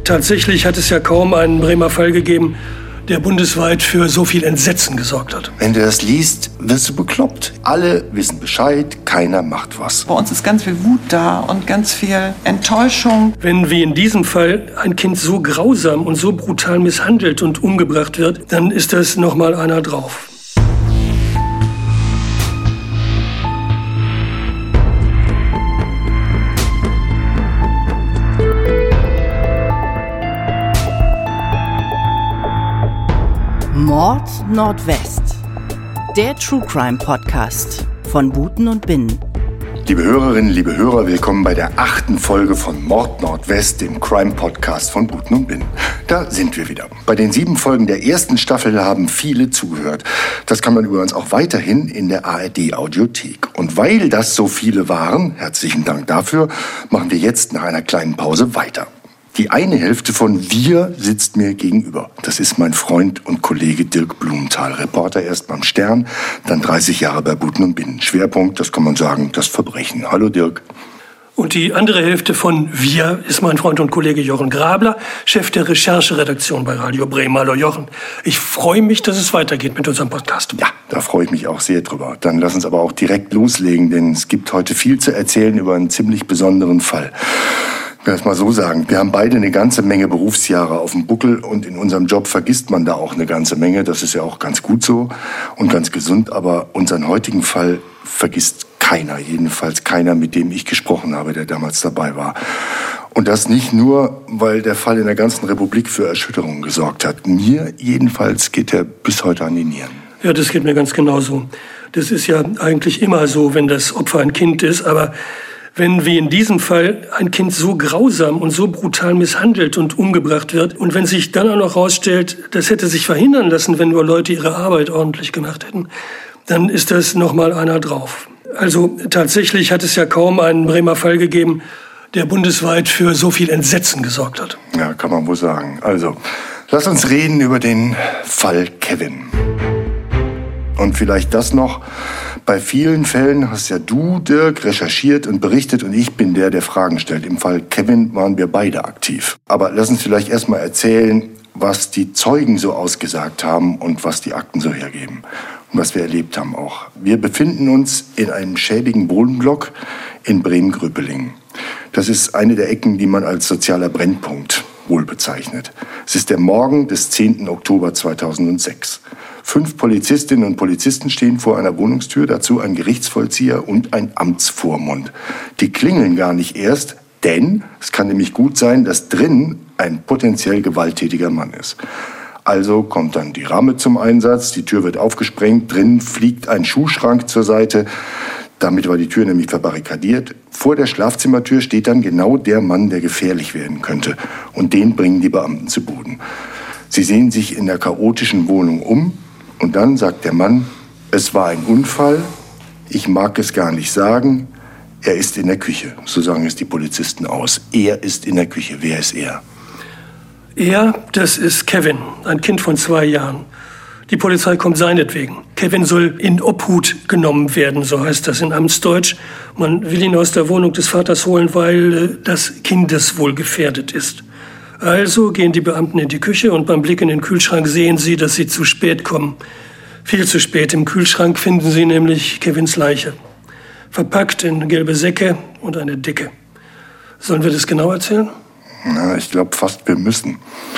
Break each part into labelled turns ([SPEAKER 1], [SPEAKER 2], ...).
[SPEAKER 1] Tatsächlich hat es ja kaum einen Bremer Fall gegeben, der bundesweit für so viel Entsetzen gesorgt hat.
[SPEAKER 2] Wenn du das liest, wirst du bekloppt. Alle wissen Bescheid, keiner macht was.
[SPEAKER 3] Bei uns ist ganz viel Wut da und ganz viel Enttäuschung.
[SPEAKER 1] Wenn wie in diesem Fall ein Kind so grausam und so brutal misshandelt und umgebracht wird, dann ist das nochmal einer drauf.
[SPEAKER 4] Mord Nordwest, der True Crime Podcast von Buten und Binnen.
[SPEAKER 2] Liebe Hörerinnen, liebe Hörer, willkommen bei der 8. Folge von Mord Nordwest, dem Crime Podcast von Buten und Binnen. Da sind wir wieder. Bei den 7 Folgen der ersten Staffel haben viele zugehört. Das kann man übrigens auch weiterhin in der ARD-Audiothek. Und weil das so viele waren, herzlichen Dank dafür, machen wir jetzt nach einer kleinen Pause weiter. Die eine Hälfte von Wir sitzt mir gegenüber. Das ist mein Freund und Kollege Dirk Blumenthal, Reporter erst beim Stern, dann 30 Jahre bei Buten und Binnen. Schwerpunkt, das kann man sagen, das Verbrechen. Hallo Dirk.
[SPEAKER 1] Und die andere Hälfte von Wir ist mein Freund und Kollege Jochen Grabler, Chef der Rechercheredaktion bei Radio Bremen. Hallo Jochen. Ich freue mich, dass es weitergeht mit unserem Podcast.
[SPEAKER 2] Ja, da freue ich mich auch sehr drüber. Dann lass uns aber auch direkt loslegen, denn es gibt heute viel zu erzählen über einen ziemlich besonderen Fall. Ich will das mal so sagen, wir haben beide eine ganze Menge Berufsjahre auf dem Buckel und in unserem Job vergisst man da auch eine ganze Menge. Das ist ja auch ganz gut so und ganz gesund, aber unseren heutigen Fall vergisst keiner, jedenfalls keiner, mit dem ich gesprochen habe, der damals dabei war. Und das nicht nur, weil der Fall in der ganzen Republik für Erschütterung gesorgt hat. Mir jedenfalls geht er bis heute an die Nieren.
[SPEAKER 1] Ja, das geht mir ganz genauso. Das ist ja eigentlich immer so, wenn das Opfer ein Kind ist, aber wenn wie in diesem Fall ein Kind so grausam und so brutal misshandelt und umgebracht wird und wenn sich dann auch noch herausstellt, das hätte sich verhindern lassen, wenn nur Leute ihre Arbeit ordentlich gemacht hätten, dann ist das nochmal einer drauf. Also tatsächlich hat es ja kaum einen Bremer Fall gegeben, der bundesweit für so viel Entsetzen gesorgt hat.
[SPEAKER 2] Ja, kann man wohl sagen. Also, lass uns reden über den Fall Kevin. Und vielleicht das noch, bei vielen Fällen hast ja du, Dirk, recherchiert und berichtet und ich bin der Fragen stellt. Im Fall Kevin waren wir beide aktiv. Aber lass uns vielleicht erstmal erzählen, was die Zeugen so ausgesagt haben und was die Akten so hergeben. Und was wir erlebt haben auch. Wir befinden uns in einem schäbigen Wohnblock in Bremen-Gröpelingen. Das ist eine der Ecken, die man als sozialer Brennpunkt wohl bezeichnet. Es ist der Morgen des 10. Oktober 2006. 5 Polizistinnen und Polizisten stehen vor einer Wohnungstür, dazu ein Gerichtsvollzieher und ein Amtsvormund. Die klingeln gar nicht erst, denn es kann nämlich gut sein, dass drin ein potenziell gewalttätiger Mann ist. Also kommt dann die Ramme zum Einsatz, die Tür wird aufgesprengt, drin fliegt ein Schuhschrank zur Seite. Damit war die Tür nämlich verbarrikadiert. Vor der Schlafzimmertür steht dann genau der Mann, der gefährlich werden könnte. Und den bringen die Beamten zu Boden. Sie sehen sich in der chaotischen Wohnung um. Und dann sagt der Mann, es war ein Unfall, ich mag es gar nicht sagen, er ist in der Küche. So sagen es die Polizisten aus. Er ist in der Küche. Wer ist er?
[SPEAKER 1] Er, das ist Kevin, ein Kind von 2 Jahren. Die Polizei kommt seinetwegen. Kevin soll in Obhut genommen werden, so heißt das in Amtsdeutsch. Man will ihn aus der Wohnung des Vaters holen, weil das Kindeswohl gefährdet ist. Also gehen die Beamten in die Küche und beim Blick in den Kühlschrank sehen sie, dass sie zu spät kommen. Viel zu spät. Im Kühlschrank finden sie nämlich Kevins Leiche. Verpackt in gelbe Säcke und eine Decke. Sollen wir das genau erzählen?
[SPEAKER 2] Na, ich glaube fast, wir müssen.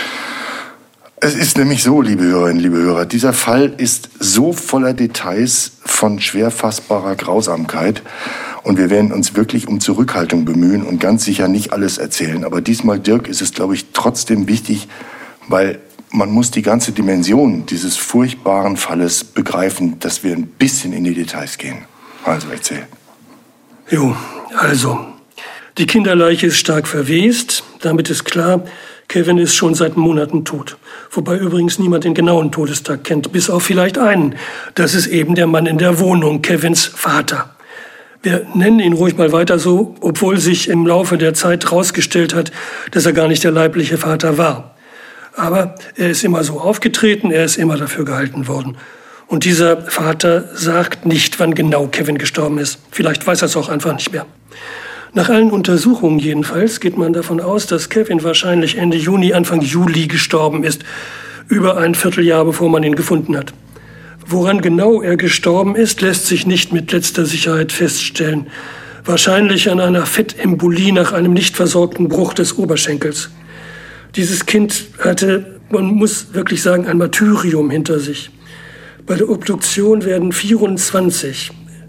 [SPEAKER 2] Es ist nämlich so, liebe Hörerinnen, liebe Hörer, dieser Fall ist so voller Details von schwer fassbarer Grausamkeit. Und wir werden uns wirklich um Zurückhaltung bemühen und ganz sicher nicht alles erzählen. Aber diesmal, Dirk, ist es, glaube ich, trotzdem wichtig, weil man muss die ganze Dimension dieses furchtbaren Falles begreifen, dass wir ein bisschen in die Details gehen. Also erzähl.
[SPEAKER 1] Jo, also, die Kinderleiche ist stark verwest. Damit ist klar, Kevin ist schon seit Monaten tot. Wobei übrigens niemand den genauen Todestag kennt, bis auf vielleicht einen. Das ist eben der Mann in der Wohnung, Kevins Vater. Wir nennen ihn ruhig mal weiter so, obwohl sich im Laufe der Zeit herausgestellt hat, dass er gar nicht der leibliche Vater war. Aber er ist immer so aufgetreten, er ist immer dafür gehalten worden. Und dieser Vater sagt nicht, wann genau Kevin gestorben ist. Vielleicht weiß er es auch einfach nicht mehr. Nach allen Untersuchungen jedenfalls geht man davon aus, dass Kevin wahrscheinlich Ende Juni, Anfang Juli gestorben ist. Über ein Vierteljahr, bevor man ihn gefunden hat. Woran genau er gestorben ist, lässt sich nicht mit letzter Sicherheit feststellen. Wahrscheinlich an einer Fettembolie nach einem nicht versorgten Bruch des Oberschenkels. Dieses Kind hatte, man muss wirklich sagen, ein Martyrium hinter sich. Bei der Obduktion werden 24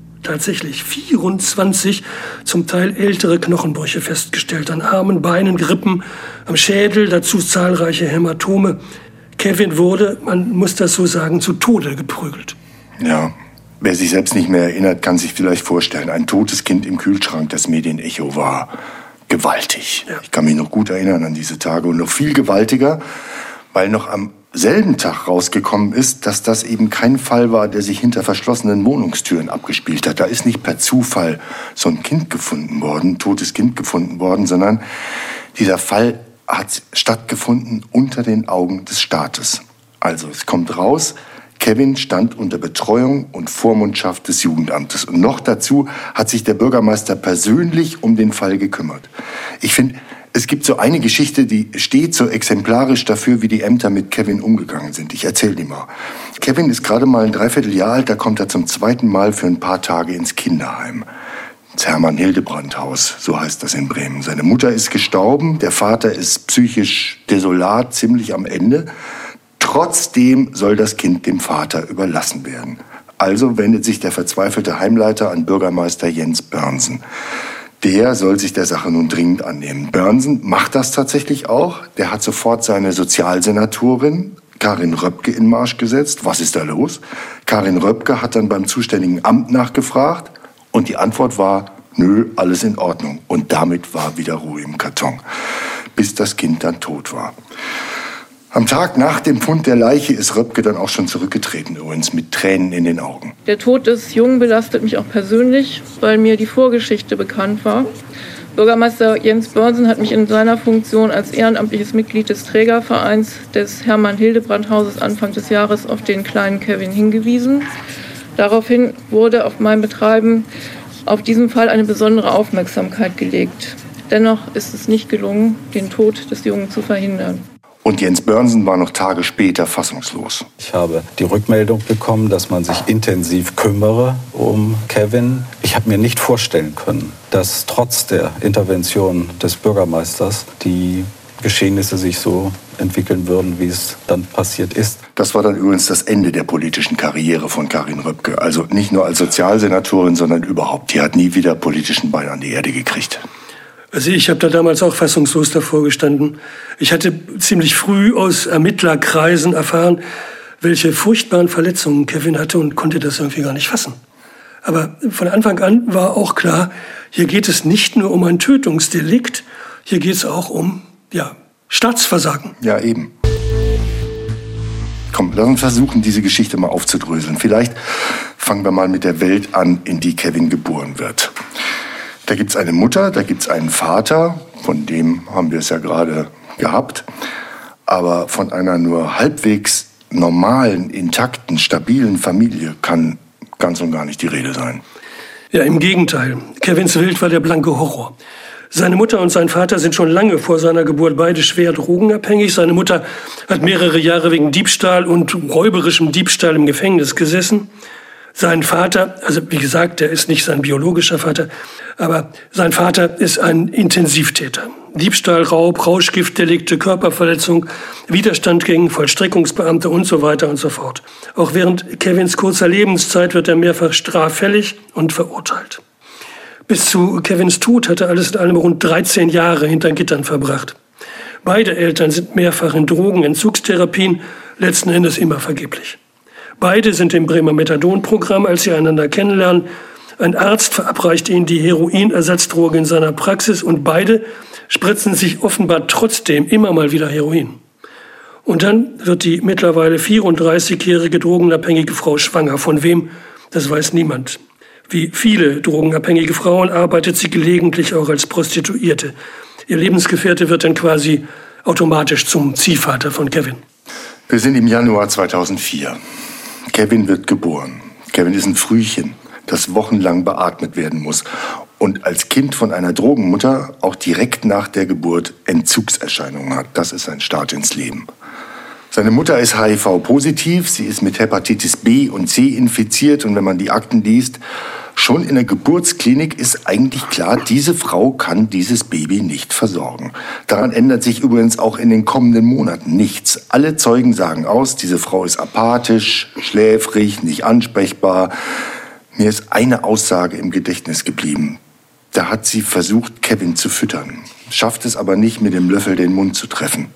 [SPEAKER 1] zum Teil ältere Knochenbrüche festgestellt. An Armen, Beinen, Rippen, am Schädel, dazu zahlreiche Hämatome. Kevin wurde, man muss das so sagen, zu Tode geprügelt.
[SPEAKER 2] Ja, wer sich selbst nicht mehr erinnert, kann sich vielleicht vorstellen, ein totes Kind im Kühlschrank, das Medienecho war gewaltig. Ja. Ich kann mich noch gut erinnern an diese Tage und noch viel gewaltiger, weil noch am selben Tag rausgekommen ist, dass das eben kein Fall war, der sich hinter verschlossenen Wohnungstüren abgespielt hat. Da ist nicht per Zufall so ein Kind gefunden worden, ein totes Kind gefunden worden, sondern dieser Fall hat stattgefunden unter den Augen des Staates. Also es kommt raus, Kevin stand unter Betreuung und Vormundschaft des Jugendamtes. Und noch dazu hat sich der Bürgermeister persönlich um den Fall gekümmert. Ich finde, es gibt so eine Geschichte, die steht so exemplarisch dafür, wie die Ämter mit Kevin umgegangen sind. Ich erzähle die mal. Kevin ist gerade mal ein Dreivierteljahr alt, da kommt er zum zweiten Mal für ein paar Tage ins Kinderheim. Das Hermann-Hildebrand-Haus, so heißt das in Bremen. Seine Mutter ist gestorben, der Vater ist psychisch desolat, ziemlich am Ende. Trotzdem soll das Kind dem Vater überlassen werden. Also wendet sich der verzweifelte Heimleiter an Bürgermeister Jens Börnsen. Der soll sich der Sache nun dringend annehmen. Börnsen macht das tatsächlich auch. Der hat sofort seine Sozialsenatorin Karin Röpke in Marsch gesetzt. Was ist da los? Karin Röpke hat dann beim zuständigen Amt nachgefragt. Und die Antwort war, nö, alles in Ordnung. Und damit war wieder Ruhe im Karton, bis das Kind dann tot war. Am Tag nach dem Fund der Leiche ist Röpke dann auch schon zurückgetreten, übrigens mit Tränen in den Augen.
[SPEAKER 5] Der Tod des Jungen belastet mich auch persönlich, weil mir die Vorgeschichte bekannt war. Bürgermeister Jens Börnsen hat mich in seiner Funktion als ehrenamtliches Mitglied des Trägervereins des Hermann-Hildebrand-Hauses Anfang des Jahres auf den kleinen Kevin hingewiesen. Daraufhin wurde auf mein Betreiben auf diesen Fall eine besondere Aufmerksamkeit gelegt. Dennoch ist es nicht gelungen, den Tod des Jungen zu verhindern.
[SPEAKER 2] Und Jens Börnsen war noch Tage später fassungslos.
[SPEAKER 6] Ich habe die Rückmeldung bekommen, dass man sich intensiv kümmere um Kevin. Ich habe mir nicht vorstellen können, dass trotz der Intervention des Bürgermeisters die Geschehnisse sich so entwickeln würden, wie es dann passiert ist.
[SPEAKER 2] Das war dann übrigens das Ende der politischen Karriere von Karin Röpke. Also nicht nur als Sozialsenatorin, sondern überhaupt. Die hat nie wieder politischen Bein an die Erde gekriegt.
[SPEAKER 1] Also ich habe da damals auch fassungslos davor gestanden. Ich hatte ziemlich früh aus Ermittlerkreisen erfahren, welche furchtbaren Verletzungen Kevin hatte und konnte das irgendwie gar nicht fassen. Aber von Anfang an war auch klar, hier geht es nicht nur um ein Tötungsdelikt, hier geht es auch um, Staatsversagen.
[SPEAKER 2] Ja, eben. Komm, lass uns versuchen, diese Geschichte mal aufzudröseln. Vielleicht fangen wir mal mit der Welt an, in die Kevin geboren wird. Da gibt's eine Mutter, da gibt's einen Vater, von dem haben wir es ja gerade gehabt. Aber von einer nur halbwegs normalen, intakten, stabilen Familie kann ganz und gar nicht die Rede sein.
[SPEAKER 1] Ja, im Gegenteil. Kevins Welt war der blanke Horror. Seine Mutter und sein Vater sind schon lange vor seiner Geburt beide schwer drogenabhängig. Seine Mutter hat mehrere Jahre wegen Diebstahl und räuberischem Diebstahl im Gefängnis gesessen. Sein Vater, also wie gesagt, der ist nicht sein biologischer Vater, aber sein Vater ist ein Intensivtäter. Diebstahl, Raub, Rauschgiftdelikte, Körperverletzung, Widerstand gegen Vollstreckungsbeamte und so weiter und so fort. Auch während Kevins kurzer Lebenszeit wird er mehrfach straffällig und verurteilt. Bis zu Kevins Tod hat er alles in allem rund 13 Jahre hinter Gittern verbracht. Beide Eltern sind mehrfach in Drogenentzugstherapien, letzten Endes immer vergeblich. Beide sind im Bremer Methadon-Programm, als sie einander kennenlernen. Ein Arzt verabreicht ihnen die Heroinersatzdroge in seiner Praxis und beide spritzen sich offenbar trotzdem immer mal wieder Heroin. Und dann wird die mittlerweile 34-jährige drogenabhängige Frau schwanger. Von wem? Das weiß niemand. Wie viele drogenabhängige Frauen arbeitet sie gelegentlich auch als Prostituierte. Ihr Lebensgefährte wird dann quasi automatisch zum Ziehvater von Kevin.
[SPEAKER 2] Wir sind im Januar 2004. Kevin wird geboren. Kevin ist ein Frühchen, das wochenlang beatmet werden muss. und als Kind von einer Drogenmutter auch direkt nach der Geburt Entzugserscheinungen hat. Das ist ein Start ins Leben. Seine Mutter ist HIV-positiv, sie ist mit Hepatitis B und C infiziert und wenn man die Akten liest, schon in der Geburtsklinik ist eigentlich klar, diese Frau kann dieses Baby nicht versorgen. Daran ändert sich übrigens auch in den kommenden Monaten nichts. Alle Zeugen sagen aus, diese Frau ist apathisch, schläfrig, nicht ansprechbar. Mir ist eine Aussage im Gedächtnis geblieben. Da hat sie versucht, Kevin zu füttern, schafft es aber nicht, mit dem Löffel den Mund zu treffen.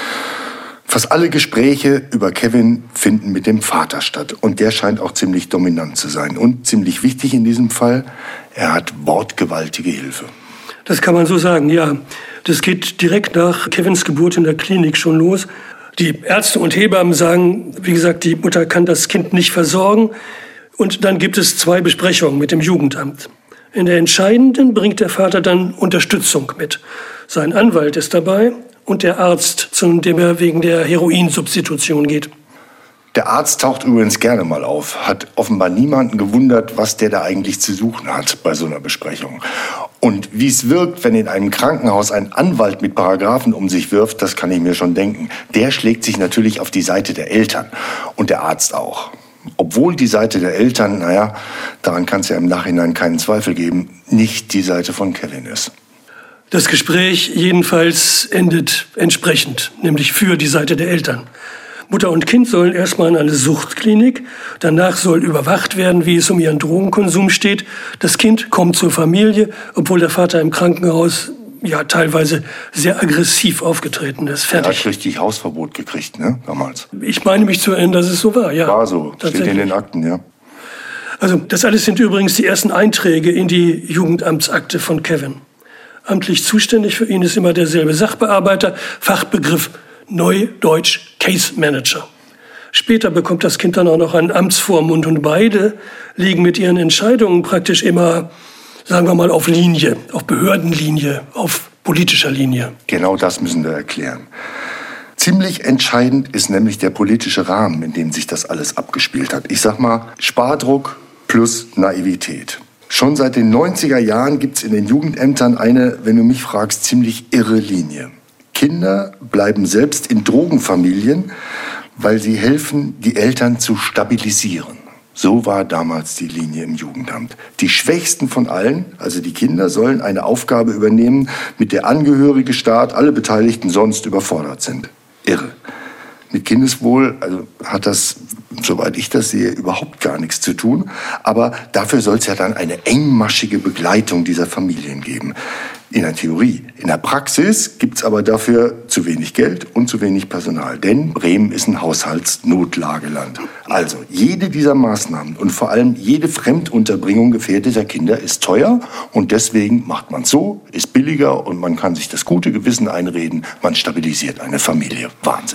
[SPEAKER 2] Fast alle Gespräche über Kevin finden mit dem Vater statt. Und der scheint auch ziemlich dominant zu sein. Und ziemlich wichtig in diesem Fall, er hat wortgewaltige Hilfe.
[SPEAKER 1] Das kann man so sagen, ja. Das geht direkt nach Kevins Geburt in der Klinik schon los. Die Ärzte und Hebammen sagen, wie gesagt, die Mutter kann das Kind nicht versorgen. Und dann gibt es 2 Besprechungen mit dem Jugendamt. In der entscheidenden bringt der Vater dann Unterstützung mit. Sein Anwalt ist dabei. Und der Arzt, zu dem er wegen der Heroinsubstitution geht.
[SPEAKER 2] Der Arzt taucht übrigens gerne mal auf, hat offenbar niemanden gewundert, was der da eigentlich zu suchen hat bei so einer Besprechung. Und wie es wirkt, wenn in einem Krankenhaus ein Anwalt mit Paragraphen um sich wirft, das kann ich mir schon denken. Der schlägt sich natürlich auf die Seite der Eltern und der Arzt auch. Obwohl die Seite der Eltern, naja, daran kann es ja im Nachhinein keinen Zweifel geben, nicht die Seite von Kevin ist.
[SPEAKER 1] Das Gespräch jedenfalls endet entsprechend, nämlich für die Seite der Eltern. Mutter und Kind sollen erstmal in eine Suchtklinik, danach soll überwacht werden, wie es um ihren Drogenkonsum steht. Das Kind kommt zur Familie, obwohl der Vater im Krankenhaus ja teilweise sehr aggressiv aufgetreten ist. Fertig.
[SPEAKER 2] Er hat richtig Hausverbot gekriegt, ne, damals.
[SPEAKER 1] Ich meine mich zu erinnern, dass es so war, ja.
[SPEAKER 2] War so, steht in den Akten, ja.
[SPEAKER 1] Also das alles sind übrigens die ersten Einträge in die Jugendamtsakte von Kevin. Amtlich zuständig für ihn ist immer derselbe Sachbearbeiter, Fachbegriff Neudeutsch Case Manager. Später bekommt das Kind dann auch noch einen Amtsvormund und beide liegen mit ihren Entscheidungen praktisch immer, sagen wir mal, auf Linie, auf Behördenlinie, auf politischer Linie.
[SPEAKER 2] Genau das müssen wir erklären. Ziemlich entscheidend ist nämlich der politische Rahmen, in dem sich das alles abgespielt hat. Ich sag mal, Spardruck plus Naivität. Schon seit den 90er Jahren gibt's in den Jugendämtern eine, wenn du mich fragst, ziemlich irre Linie. Kinder bleiben selbst in Drogenfamilien, weil sie helfen, die Eltern zu stabilisieren. So war damals die Linie im Jugendamt. Die Schwächsten von allen, also die Kinder, sollen eine Aufgabe übernehmen, mit der angehörige Staat, alle Beteiligten sonst überfordert sind. Irre. Mit Kindeswohl hat das, soweit ich das sehe, überhaupt gar nichts zu tun. Aber dafür soll es ja dann eine engmaschige Begleitung dieser Familien geben. In der Theorie. In der Praxis gibt's aber dafür zu wenig Geld und zu wenig Personal. Denn Bremen ist ein Haushaltsnotlageland. Also jede dieser Maßnahmen und vor allem jede Fremdunterbringung gefährdeter Kinder ist teuer. Und deswegen macht man so, ist billiger und man kann sich das gute Gewissen einreden. Man stabilisiert eine Familie. Wahnsinn.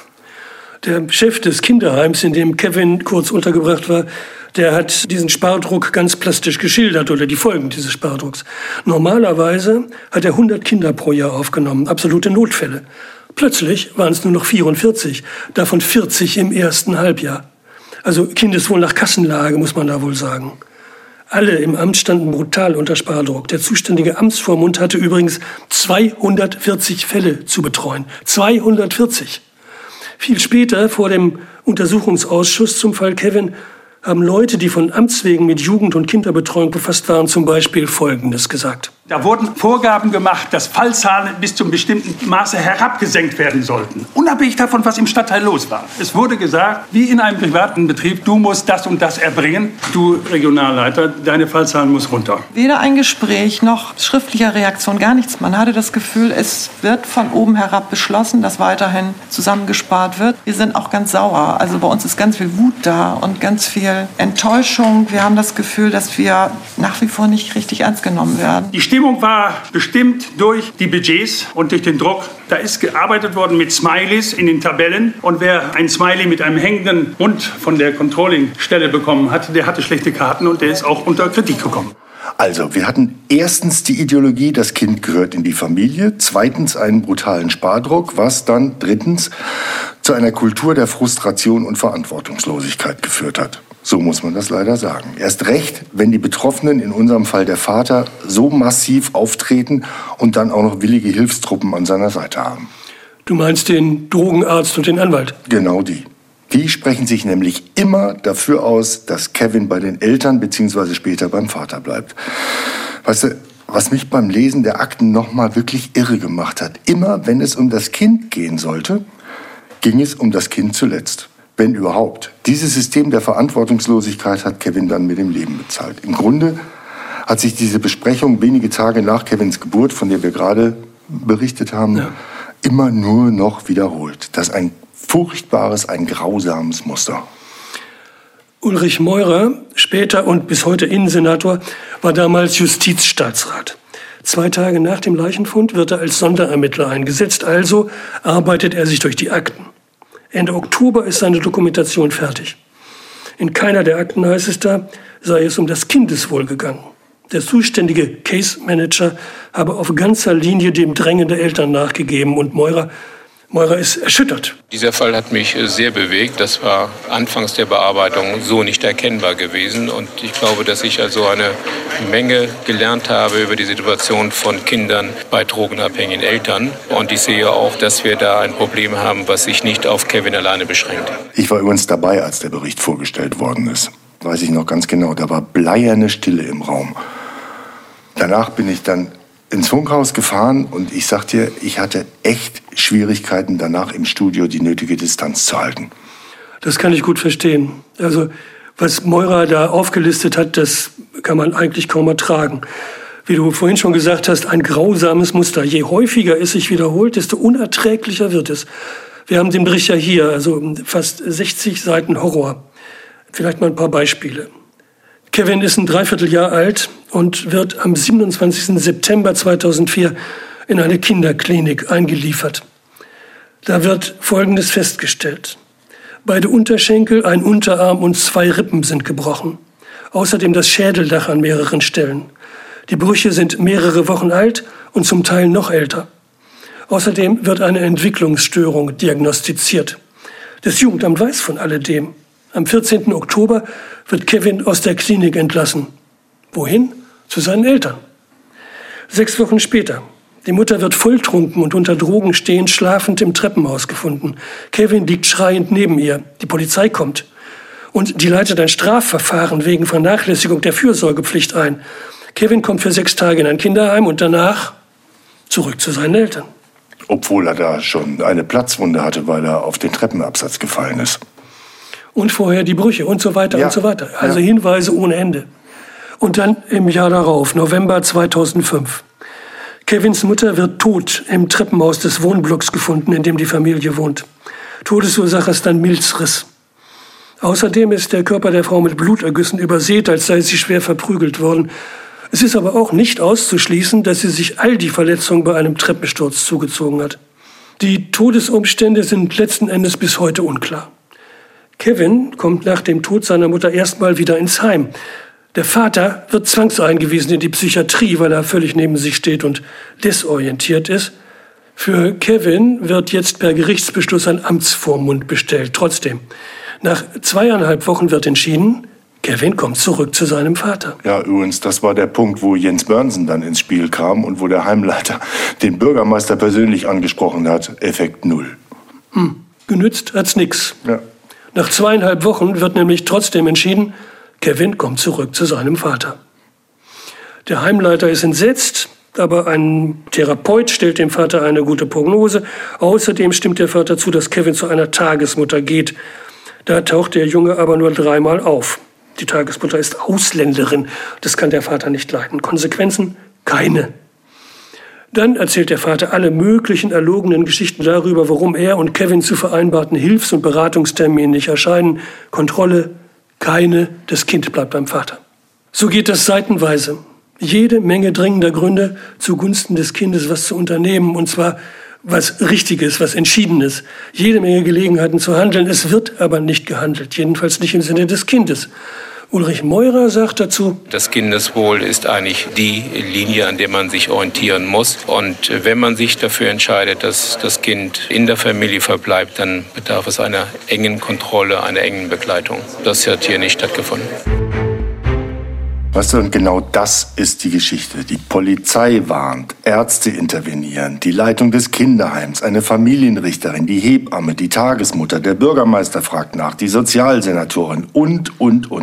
[SPEAKER 1] Der Chef des Kinderheims, in dem Kevin kurz untergebracht war, der hat diesen Spardruck ganz plastisch geschildert oder die Folgen dieses Spardrucks. Normalerweise hat er 100 Kinder pro Jahr aufgenommen, absolute Notfälle. Plötzlich waren es nur noch 44, davon 40 im ersten Halbjahr. Also Kindeswohl nach Kassenlage, muss man da wohl sagen. Alle im Amt standen brutal unter Spardruck. Der zuständige Amtsvormund hatte übrigens 240 Fälle zu betreuen. 240! Viel später, vor dem Untersuchungsausschuss zum Fall Kevin, haben Leute, die von Amts wegen mit Jugend- und Kinderbetreuung befasst waren, zum Beispiel Folgendes gesagt.
[SPEAKER 7] Da wurden Vorgaben gemacht, dass Fallzahlen bis zu einem bestimmten Maße herabgesenkt werden sollten. Unabhängig davon, was im Stadtteil los war. Es wurde gesagt, wie in einem privaten Betrieb, du musst das und das erbringen. Du Regionalleiter, deine Fallzahlen muss runter.
[SPEAKER 3] Weder ein Gespräch noch schriftliche Reaktion, gar nichts. Man hatte das Gefühl, es wird von oben herab beschlossen, dass weiterhin zusammengespart wird. Wir sind auch ganz sauer. Also bei uns ist ganz viel Wut da und ganz viel Enttäuschung. Wir haben das Gefühl, dass wir nach wie vor nicht richtig ernst genommen werden.
[SPEAKER 7] Die Stimmung war bestimmt durch die Budgets und durch den Druck. Da ist gearbeitet worden mit Smileys in den Tabellen. Und wer ein Smiley mit einem hängenden Mund von der Controlling-Stelle bekommen hat, der hatte schlechte Karten und der ist auch unter Kritik gekommen.
[SPEAKER 2] Also, wir hatten erstens die Ideologie, das Kind gehört in die Familie, zweitens einen brutalen Spardruck, was dann drittens zu einer Kultur der Frustration und Verantwortungslosigkeit geführt hat. So muss man das leider sagen. Erst recht, wenn die Betroffenen, in unserem Fall der Vater, so massiv auftreten und dann auch noch willige Hilfstruppen an seiner Seite haben.
[SPEAKER 1] Du meinst den Drogenarzt und den Anwalt?
[SPEAKER 2] Genau die. Die sprechen sich nämlich immer dafür aus, dass Kevin bei den Eltern bzw. später beim Vater bleibt. Weißt du, was mich beim Lesen der Akten nochmal wirklich irre gemacht hat, immer wenn es um das Kind gehen sollte, ging es um das Kind zuletzt. Wenn überhaupt. Dieses System der Verantwortungslosigkeit hat Kevin dann mit dem Leben bezahlt. Im Grunde hat sich diese Besprechung wenige Tage nach Kevins Geburt, von der wir gerade berichtet haben, immer nur noch wiederholt. Das ist ein furchtbares, ein grausames Muster.
[SPEAKER 1] Ulrich Meurer, später und bis heute Innensenator, war damals Justizstaatsrat. 2 Tage nach dem Leichenfund wird er als Sonderermittler eingesetzt, also arbeitet er sich durch die Akten. Ende Oktober ist seine Dokumentation fertig. In keiner der Akten heißt es da, sei es um das Kindeswohl gegangen. Der zuständige Case Manager habe auf ganzer Linie dem Drängen der Eltern nachgegeben und Meurer ist erschüttert.
[SPEAKER 8] Dieser Fall hat mich sehr bewegt. Das war anfangs der Bearbeitung so nicht erkennbar gewesen. Und ich glaube, dass ich also eine Menge gelernt habe über die Situation von Kindern bei drogenabhängigen Eltern. Und ich sehe auch, dass wir da ein Problem haben, was sich nicht auf Kevin alleine beschränkt.
[SPEAKER 2] Ich war übrigens dabei, als der Bericht vorgestellt worden ist. Weiß ich noch ganz genau. Da war bleierne Stille im Raum. Danach bin ich dann ins Funkhaus gefahren und ich sag dir, ich hatte echt Schwierigkeiten, danach im Studio die nötige Distanz zu halten.
[SPEAKER 1] Das kann ich gut verstehen. Also, was Meurer da aufgelistet hat, das kann man eigentlich kaum ertragen. Wie du vorhin schon gesagt hast, ein grausames Muster. Je häufiger es sich wiederholt, desto unerträglicher wird es. Wir haben den Bericht ja hier, also fast 60 Seiten Horror. Vielleicht mal ein paar Beispiele. Kevin ist ein Dreivierteljahr alt und wird am 27. September 2004 in eine Kinderklinik eingeliefert. Da wird Folgendes festgestellt. Beide Unterschenkel, ein Unterarm und 2 Rippen sind gebrochen. Außerdem das Schädeldach an mehreren Stellen. Die Brüche sind mehrere Wochen alt und zum Teil noch älter. Außerdem wird eine Entwicklungsstörung diagnostiziert. Das Jugendamt weiß von alledem. Am 14. Oktober wird Kevin aus der Klinik entlassen. Wohin? Zu seinen Eltern. 6 Wochen später. Die Mutter wird volltrunken und unter Drogen stehend schlafend im Treppenhaus gefunden. Kevin liegt schreiend neben ihr. Die Polizei kommt. Und die leitet ein Strafverfahren wegen Vernachlässigung der Fürsorgepflicht ein. Kevin kommt für 6 Tage in ein Kinderheim und danach zurück zu seinen Eltern.
[SPEAKER 2] Obwohl er da schon eine Platzwunde hatte, weil er auf den Treppenabsatz gefallen ist.
[SPEAKER 1] Und vorher die Brüche und so weiter und so weiter. Also Hinweise ohne Ende. Und dann im Jahr darauf, November 2005. Kevins Mutter wird tot im Treppenhaus des Wohnblocks gefunden, in dem die Familie wohnt. Todesursache ist dann Milzriss. Außerdem ist der Körper der Frau mit Blutergüssen übersät, als sei sie schwer verprügelt worden. Es ist aber auch nicht auszuschließen, dass sie sich all die Verletzungen bei einem Treppensturz zugezogen hat. Die Todesumstände sind letzten Endes bis heute unklar. Kevin kommt nach dem Tod seiner Mutter erstmal wieder ins Heim. Der Vater wird zwangseingewiesen in die Psychiatrie, weil er völlig neben sich steht und desorientiert ist. Für Kevin wird jetzt per Gerichtsbeschluss ein Amtsvormund bestellt. Trotzdem, nach 2,5 Wochen wird entschieden, Kevin kommt zurück zu seinem Vater.
[SPEAKER 2] Ja, übrigens, das war der Punkt, wo Jens Börnsen dann ins Spiel kam und wo der Heimleiter den Bürgermeister persönlich angesprochen hat. Effekt 0.
[SPEAKER 1] Genützt hat's nix.
[SPEAKER 2] Ja.
[SPEAKER 1] Nach 2,5 Wochen wird nämlich trotzdem entschieden, Kevin kommt zurück zu seinem Vater. Der Heimleiter ist entsetzt, aber ein Therapeut stellt dem Vater eine gute Prognose. Außerdem stimmt der Vater zu, dass Kevin zu einer Tagesmutter geht. Da taucht der Junge aber nur 3-mal auf. Die Tagesmutter ist Ausländerin. Das kann der Vater nicht leiden. Konsequenzen? Keine. Dann erzählt der Vater alle möglichen erlogenen Geschichten darüber, warum er und Kevin zu vereinbarten Hilfs- und Beratungsterminen nicht erscheinen. Kontrolle? Keine. Das Kind bleibt beim Vater. So geht das seitenweise. Jede Menge dringender Gründe zugunsten des Kindes was zu unternehmen, und zwar was Richtiges, was Entschiedenes. Jede Menge Gelegenheiten zu handeln. Es wird aber nicht gehandelt, jedenfalls nicht im Sinne des Kindes. Ulrich Meurer sagt dazu:
[SPEAKER 8] Das Kindeswohl ist eigentlich die Linie, an der man sich orientieren muss. Und wenn man sich dafür entscheidet, dass das Kind in der Familie verbleibt, dann bedarf es einer engen Kontrolle, einer engen Begleitung. Das hat hier nicht stattgefunden.
[SPEAKER 2] Weißt du, und genau das ist die Geschichte. Die Polizei warnt, Ärzte intervenieren, die Leitung des Kinderheims, eine Familienrichterin, die Hebamme, die Tagesmutter, der Bürgermeister fragt nach, die Sozialsenatorin und.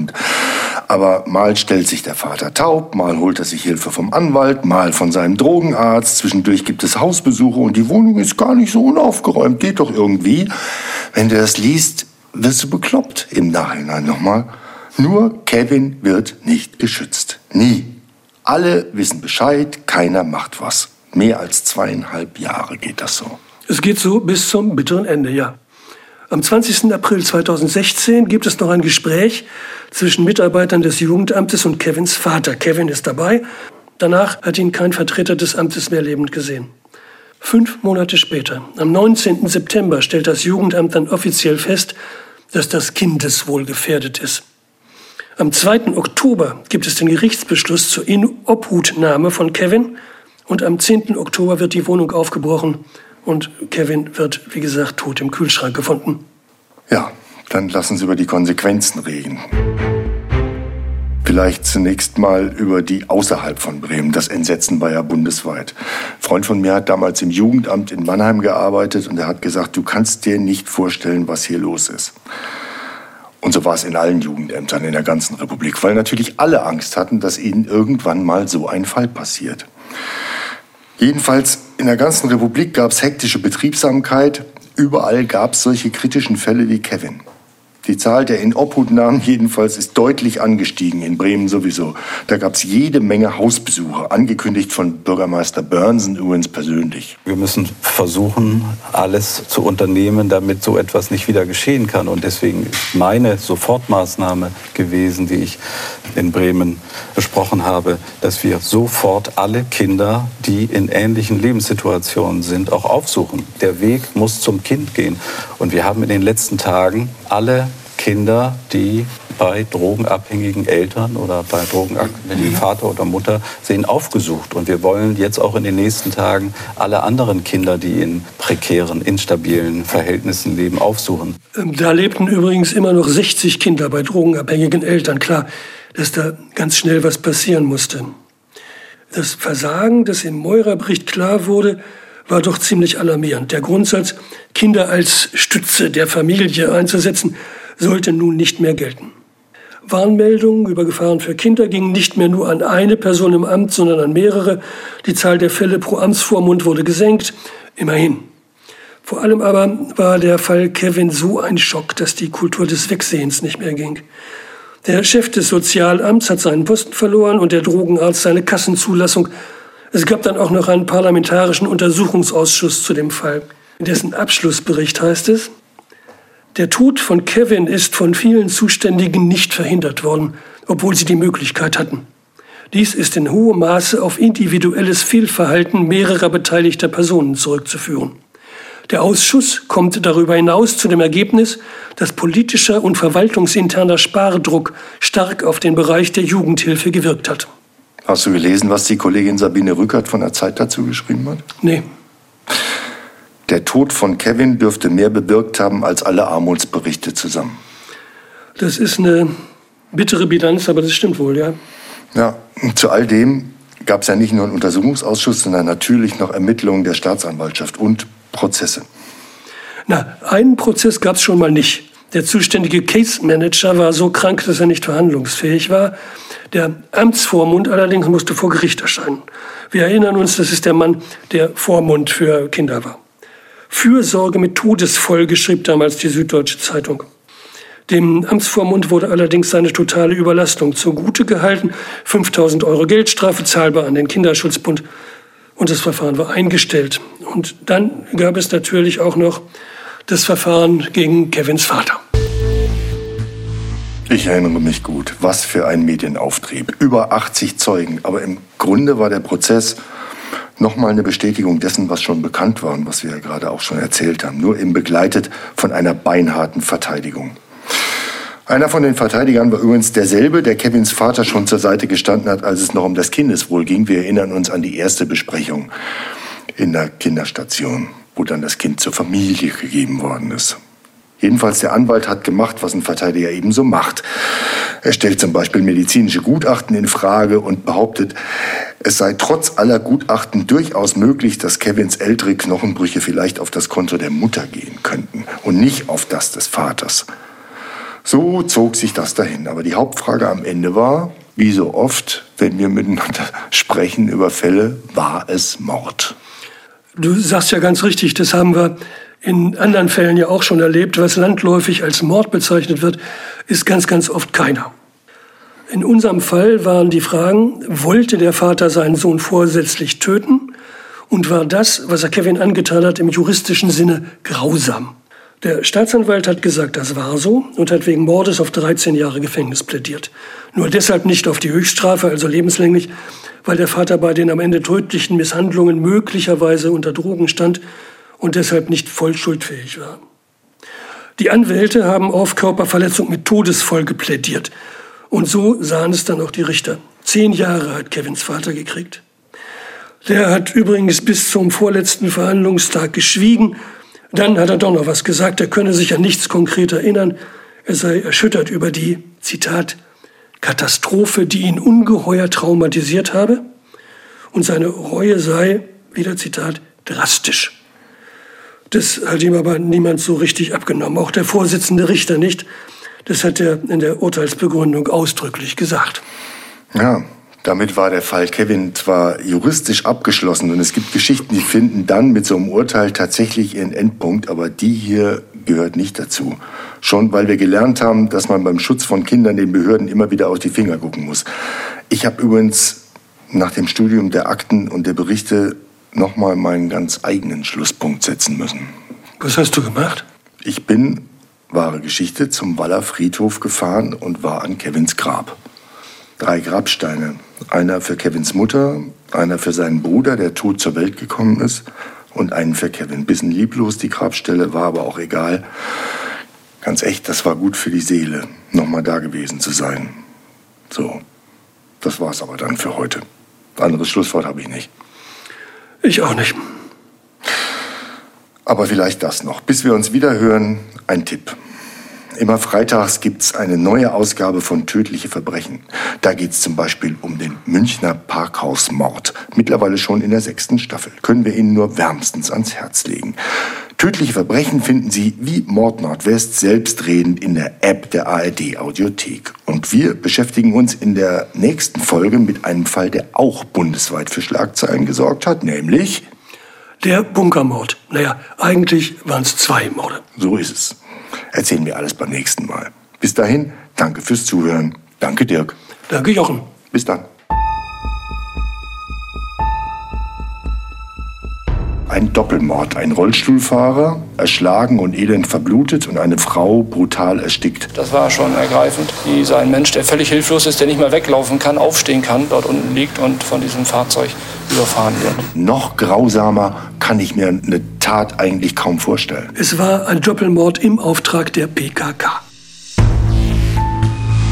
[SPEAKER 2] Aber mal stellt sich der Vater taub, mal holt er sich Hilfe vom Anwalt, mal von seinem Drogenarzt, zwischendurch gibt es Hausbesuche und die Wohnung ist gar nicht so unaufgeräumt, geht doch irgendwie. Wenn du das liest, wirst du bekloppt im Nachhinein nochmal. Nur Kevin wird nicht geschützt. Nie. Alle wissen Bescheid, keiner macht was. Mehr als 2,5 Jahre geht das so.
[SPEAKER 1] Es geht so bis zum bitteren Ende, ja. Am 20. April 2016 gibt es noch ein Gespräch zwischen Mitarbeitern des Jugendamtes und Kevins Vater. Kevin ist dabei. Danach hat ihn kein Vertreter des Amtes mehr lebend gesehen. 5 Monate später, am 19. September, stellt das Jugendamt dann offiziell fest, dass das Kindeswohl gefährdet ist. Am 2. Oktober gibt es den Gerichtsbeschluss zur Inobhutnahme von Kevin und am 10. Oktober wird die Wohnung aufgebrochen und Kevin wird, wie gesagt, tot im Kühlschrank gefunden.
[SPEAKER 2] Ja, dann lassen Sie über die Konsequenzen reden. Vielleicht zunächst mal über die außerhalb von Bremen. Das Entsetzen war ja bundesweit. Ein Freund von mir hat damals im Jugendamt in Mannheim gearbeitet und er hat gesagt, du kannst dir nicht vorstellen, was hier los ist. Und so war es in allen Jugendämtern in der ganzen Republik, weil natürlich alle Angst hatten, dass ihnen irgendwann mal so ein Fall passiert. Jedenfalls in der ganzen Republik gab es hektische Betriebsamkeit. Überall gab es solche kritischen Fälle wie Kevin. Die Zahl der Inobhutnahmen jedenfalls ist deutlich angestiegen, in Bremen sowieso. Da gab es jede Menge Hausbesuche, angekündigt von Bürgermeister Börnsen übrigens persönlich.
[SPEAKER 6] Wir müssen versuchen, alles zu unternehmen, damit so etwas nicht wieder geschehen kann. Und deswegen ist meine Sofortmaßnahme gewesen, die ich in Bremen besprochen habe, dass wir sofort alle Kinder, die in ähnlichen Lebenssituationen sind, auch aufsuchen. Der Weg muss zum Kind gehen. Und wir haben in den letzten Tagen alle Kinder, die bei drogenabhängigen Eltern oder bei drogenabhängigen Vater oder Mutter sind, aufgesucht. Und wir wollen jetzt auch in den nächsten Tagen alle anderen Kinder, die in prekären, instabilen Verhältnissen leben, aufsuchen.
[SPEAKER 1] Da lebten übrigens immer noch 60 Kinder bei drogenabhängigen Eltern. Klar, dass da ganz schnell was passieren musste. Das Versagen, das im Meurer-Bericht klar wurde, war doch ziemlich alarmierend. Der Grundsatz, Kinder als Stütze der Familie einzusetzen, sollte nun nicht mehr gelten. Warnmeldungen über Gefahren für Kinder gingen nicht mehr nur an eine Person im Amt, sondern an mehrere. Die Zahl der Fälle pro Amtsvormund wurde gesenkt. Immerhin. Vor allem aber war der Fall Kevin so ein Schock, dass die Kultur des Wegsehens nicht mehr ging. Der Chef des Sozialamts hat seinen Posten verloren und der Drogenarzt seine Kassenzulassung. Es gab dann auch noch einen parlamentarischen Untersuchungsausschuss zu dem Fall. In dessen Abschlussbericht heißt es: Der Tod von Kevin ist von vielen Zuständigen nicht verhindert worden, obwohl sie die Möglichkeit hatten. Dies ist in hohem Maße auf individuelles Fehlverhalten mehrerer beteiligter Personen zurückzuführen. Der Ausschuss kommt darüber hinaus zu dem Ergebnis, dass politischer und verwaltungsinterner Spardruck stark auf den Bereich der Jugendhilfe gewirkt hat.
[SPEAKER 2] Hast du gelesen, was die Kollegin Sabine Rückert von der Zeit dazu geschrieben hat?
[SPEAKER 1] Nee.
[SPEAKER 2] Der Tod von Kevin dürfte mehr bewirkt haben als alle Armutsberichte zusammen.
[SPEAKER 1] Das ist eine bittere Bilanz, aber das stimmt wohl, ja.
[SPEAKER 2] Ja, und zu all dem gab es ja nicht nur einen Untersuchungsausschuss, sondern natürlich noch Ermittlungen der Staatsanwaltschaft und Prozesse.
[SPEAKER 1] Na, einen Prozess gab es schon mal nicht. Der zuständige Case Manager war so krank, dass er nicht verhandlungsfähig war. Der Amtsvormund allerdings musste vor Gericht erscheinen. Wir erinnern uns, das ist der Mann, der Vormund für Kinder war. Fürsorge mit Todesfolge, schrieb damals die Süddeutsche Zeitung. Dem Amtsvormund wurde allerdings seine totale Überlastung zugute gehalten. 5.000 € Geldstrafe, zahlbar an den Kinderschutzbund. Und das Verfahren war eingestellt. Und dann gab es natürlich auch noch das Verfahren gegen Kevins Vater.
[SPEAKER 2] Ich erinnere mich gut. Was für ein Medienauftrieb. Über 80 Zeugen. Aber im Grunde war der Prozess nochmal eine Bestätigung dessen, was schon bekannt war und was wir ja gerade auch schon erzählt haben. Nur eben begleitet von einer beinharten Verteidigung. Einer von den Verteidigern war übrigens derselbe, der Kevins Vater schon zur Seite gestanden hat, als es noch um das Kindeswohl ging. Wir erinnern uns an die erste Besprechung in der Kinderstation, wo dann das Kind zur Familie gegeben worden ist. Jedenfalls der Anwalt hat gemacht, was ein Verteidiger eben so macht. Er stellt zum Beispiel medizinische Gutachten in Frage und behauptet, es sei trotz aller Gutachten durchaus möglich, dass Kevins ältere Knochenbrüche vielleicht auf das Konto der Mutter gehen könnten und nicht auf das des Vaters. So zog sich das dahin. Aber die Hauptfrage am Ende war, wie so oft, wenn wir miteinander sprechen über Fälle, war es Mord?
[SPEAKER 1] Du sagst ja ganz richtig, das haben wir in anderen Fällen ja auch schon erlebt. Was landläufig als Mord bezeichnet wird, ist ganz, ganz oft keiner. In unserem Fall waren die Fragen, wollte der Vater seinen Sohn vorsätzlich töten? Und war das, was er Kevin angetan hat, im juristischen Sinne grausam? Der Staatsanwalt hat gesagt, das war so und hat wegen Mordes auf 13 Jahre Gefängnis plädiert. Nur deshalb nicht auf die Höchststrafe, also lebenslänglich, weil der Vater bei den am Ende tödlichen Misshandlungen möglicherweise unter Drogen stand und deshalb nicht voll schuldfähig war. Die Anwälte haben auf Körperverletzung mit Todesfolge plädiert. Und so sahen es dann auch die Richter. 10 Jahre hat Kevins Vater gekriegt. Der hat übrigens bis zum vorletzten Verhandlungstag geschwiegen. Dann hat er doch noch was gesagt, er könne sich an nichts konkret erinnern. Er sei erschüttert über die, Zitat, Katastrophe, die ihn ungeheuer traumatisiert habe. Und seine Reue sei, wieder Zitat, drastisch. Das hat ihm aber niemand so richtig abgenommen, auch der Vorsitzende Richter nicht. Das hat er in der Urteilsbegründung ausdrücklich gesagt.
[SPEAKER 2] Ja, damit war der Fall Kevin zwar juristisch abgeschlossen und es gibt Geschichten, die finden dann mit so einem Urteil tatsächlich ihren Endpunkt, aber die hier gehört nicht dazu. Schon weil wir gelernt haben, dass man beim Schutz von Kindern den Behörden immer wieder auf die Finger gucken muss. Ich habe übrigens nach dem Studium der Akten und der Berichte nochmal meinen ganz eigenen Schlusspunkt setzen müssen.
[SPEAKER 1] Was hast du gemacht?
[SPEAKER 2] Ich bin, wahre Geschichte, zum Waller Friedhof gefahren und war an Kevins Grab. 3 Grabsteine. Einer für Kevins Mutter, einer für seinen Bruder, der tot zur Welt gekommen ist, und einen für Kevin. Bisschen lieblos die Grabstelle, war aber auch egal. Ganz echt, das war gut für die Seele, nochmal da gewesen zu sein. So, das war's aber dann für heute. Anderes Schlusswort habe ich nicht.
[SPEAKER 1] Ich auch nicht.
[SPEAKER 2] Aber vielleicht das noch. Bis wir uns wieder hören, ein Tipp. Immer freitags gibt's eine neue Ausgabe von Tödliche Verbrechen. Da geht's zum Beispiel um den Münchner Parkhausmord. Mittlerweile schon in der 6. Staffel. Können wir Ihnen nur wärmstens ans Herz legen. Tödliche Verbrechen finden Sie wie Mord Nordwest selbstredend in der App der ARD Audiothek. Und wir beschäftigen uns in der nächsten Folge mit einem Fall, der auch bundesweit für Schlagzeilen gesorgt hat, nämlich
[SPEAKER 1] der Bunkermord. Naja, eigentlich waren es 2 Morde.
[SPEAKER 2] So ist es. Erzählen wir alles beim nächsten Mal. Bis dahin, danke fürs Zuhören. Danke, Dirk.
[SPEAKER 1] Danke, Jochen.
[SPEAKER 2] Bis dann. Ein Doppelmord. Ein Rollstuhlfahrer, erschlagen und elend verblutet und eine Frau brutal erstickt.
[SPEAKER 9] Das war schon ergreifend, wie so ein Mensch, der völlig hilflos ist, der nicht mehr weglaufen kann, aufstehen kann, dort unten liegt und von diesem Fahrzeug überfahren wird.
[SPEAKER 2] Noch grausamer kann ich mir eine Tat eigentlich kaum vorstellen.
[SPEAKER 1] Es war ein Doppelmord im Auftrag der PKK.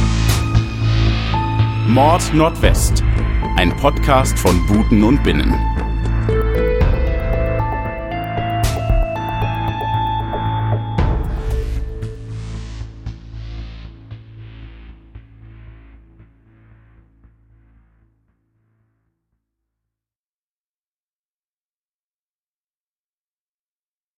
[SPEAKER 10] Mord Nordwest. Ein Podcast von Buten und Binnen.